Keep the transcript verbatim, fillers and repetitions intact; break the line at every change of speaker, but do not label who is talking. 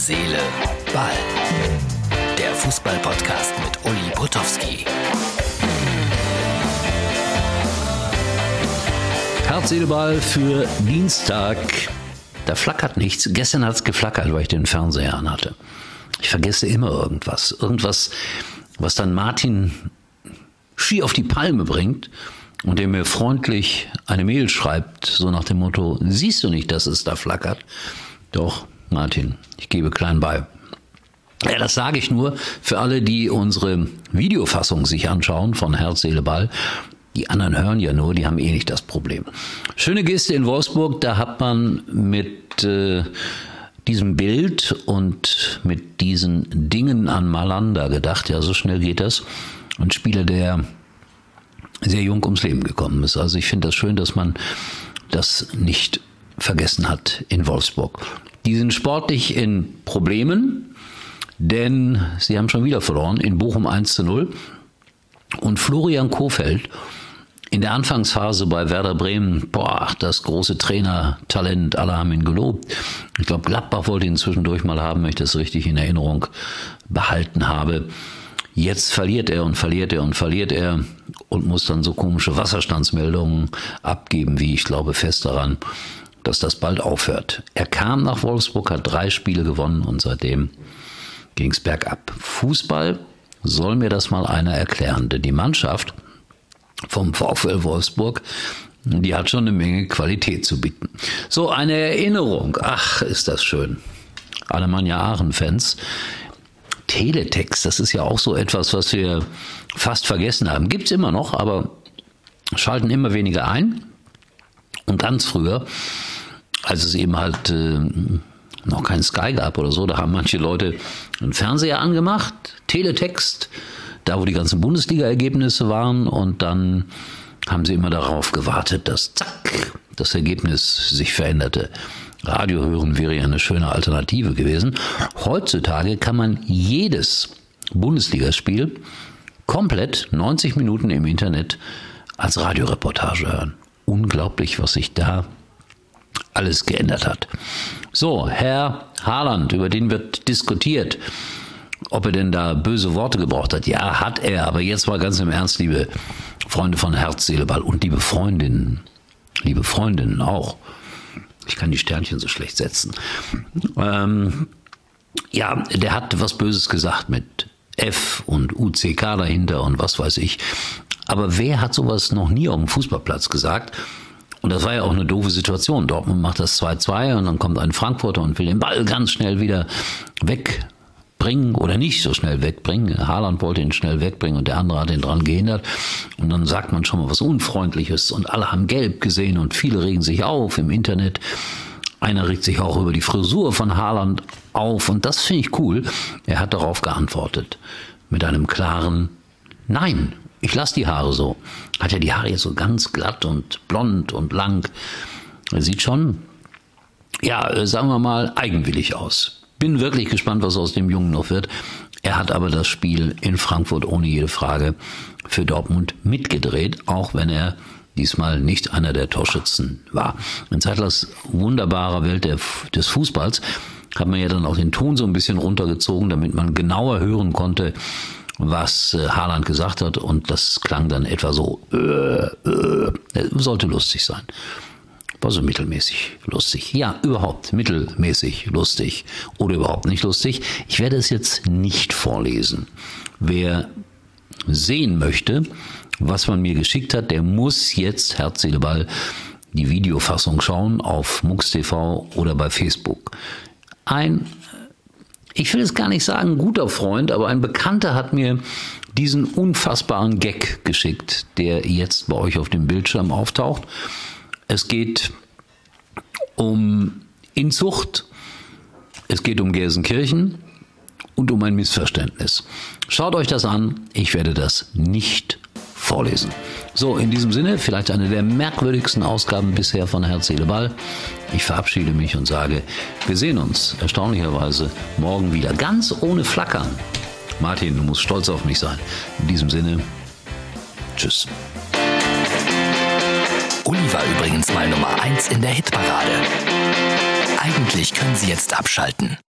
Seele, Ball. Der Fußball-Podcast mit Uli Potowski.
Herz, Seele, Ball für Dienstag. Da flackert nichts. Gestern hat es geflackert, weil ich den Fernseher anhatte. Ich vergesse immer irgendwas. Irgendwas, was dann Martin schier auf die Palme bringt und der mir freundlich eine Mail schreibt, so nach dem Motto: Siehst du nicht, dass es da flackert? Doch, Martin, ich gebe klein bei. Ja, das sage ich nur für alle, die unsere Videofassung sich anschauen von Herz, Seele, Ball. Die anderen hören ja nur, die haben eh nicht das Problem. Schöne Geste in Wolfsburg, da hat man mit äh, diesem Bild und mit diesen Dingen an Malanda gedacht. Ja, so schnell geht das. Ein Spieler, der sehr jung ums Leben gekommen ist. Also ich finde das schön, dass man das nicht vergessen hat in Wolfsburg. Die sind sportlich in Problemen, denn sie haben schon wieder verloren, in Bochum eins zu null. Und Florian Kohfeldt in der Anfangsphase bei Werder Bremen, boah, das große Trainertalent, alle haben ihn gelobt. Ich glaube, Gladbach wollte ihn zwischendurch mal haben, wenn ich das richtig in Erinnerung behalten habe. Jetzt verliert er und verliert er und verliert er und muss dann so komische Wasserstandsmeldungen abgeben, wie ich glaube fest daran, dass das bald aufhört. Er kam nach Wolfsburg, hat drei Spiele gewonnen und seitdem ging es bergab. Fußball soll mir das mal einer erklären, denn die Mannschaft vom VfL Wolfsburg, die hat schon eine Menge Qualität zu bieten. So eine Erinnerung, ach, ist das schön. Alemannia Aachen-Fans. Teletext, das ist ja auch so etwas, was wir fast vergessen haben. Gibt's immer noch, aber schalten immer weniger ein. Und ganz früher, als es eben halt äh, noch kein Sky gab oder so, da haben manche Leute einen Fernseher angemacht, Teletext, da wo die ganzen Bundesliga-Ergebnisse waren, und dann haben sie immer darauf gewartet, dass zack, das Ergebnis sich veränderte. Radio hören wäre ja eine schöne Alternative gewesen. Heutzutage kann man jedes Bundesligaspiel komplett neunzig Minuten im Internet als Radioreportage hören. Unglaublich, was sich da alles geändert hat. So, Herr Haaland, über den wird diskutiert, ob er denn da böse Worte gebraucht hat. Ja, hat er, aber jetzt mal ganz im Ernst, liebe Freunde von Herz, Seele, Ball und liebe Freundinnen, liebe Freundinnen auch. Ich kann die Sternchen so schlecht setzen. Ähm, ja, der hat was Böses gesagt mit F und U C K dahinter und was weiß ich. Aber wer hat sowas noch nie auf dem Fußballplatz gesagt? Und das war ja auch eine doofe Situation. Dortmund macht das zwei zwei und dann kommt ein Frankfurter und will den Ball ganz schnell wieder wegbringen oder nicht so schnell wegbringen. Haaland wollte ihn schnell wegbringen und der andere hat ihn dran gehindert. Und dann sagt man schon mal was Unfreundliches und alle haben gelb gesehen und viele regen sich auf im Internet. Einer regt sich auch über die Frisur von Haaland auf und das finde ich cool. Er hat darauf geantwortet mit einem klaren Nein. Ich lasse die Haare so. Hat ja die Haare jetzt so ganz glatt und blond und lang. Sieht schon, ja, sagen wir mal, eigenwillig aus. Bin wirklich gespannt, was aus dem Jungen noch wird. Er hat aber das Spiel in Frankfurt ohne jede Frage für Dortmund mitgedreht, auch wenn er diesmal nicht einer der Torschützen war. In Zeitlers wunderbarer Welt der, des Fußballs hat man ja dann auch den Ton so ein bisschen runtergezogen, damit man genauer hören konnte, was äh, Haaland gesagt hat, und das klang dann etwa so, äh, äh, sollte lustig sein. War so mittelmäßig lustig. Ja, überhaupt mittelmäßig lustig oder überhaupt nicht lustig. Ich werde es jetzt nicht vorlesen. Wer sehen möchte, was man mir geschickt hat, der muss jetzt Herz, Seele, Ball die Videofassung schauen auf MUX T V oder bei Facebook. Ein Ich will es gar nicht sagen, guter Freund, aber ein Bekannter hat mir diesen unfassbaren Gag geschickt, der jetzt bei euch auf dem Bildschirm auftaucht. Es geht um Inzucht, es geht um Gelsenkirchen und um ein Missverständnis. Schaut euch das an, ich werde das nicht vorlesen. So, in diesem Sinne, vielleicht eine der merkwürdigsten Ausgaben bisher von Herz, Seele, Ball. Ich verabschiede mich und sage, wir sehen uns erstaunlicherweise morgen wieder, ganz ohne Flackern. Martin, du musst stolz auf mich sein. In diesem Sinne, tschüss.
Uli war übrigens mal Nummer eins in der Hitparade. Eigentlich können Sie jetzt abschalten.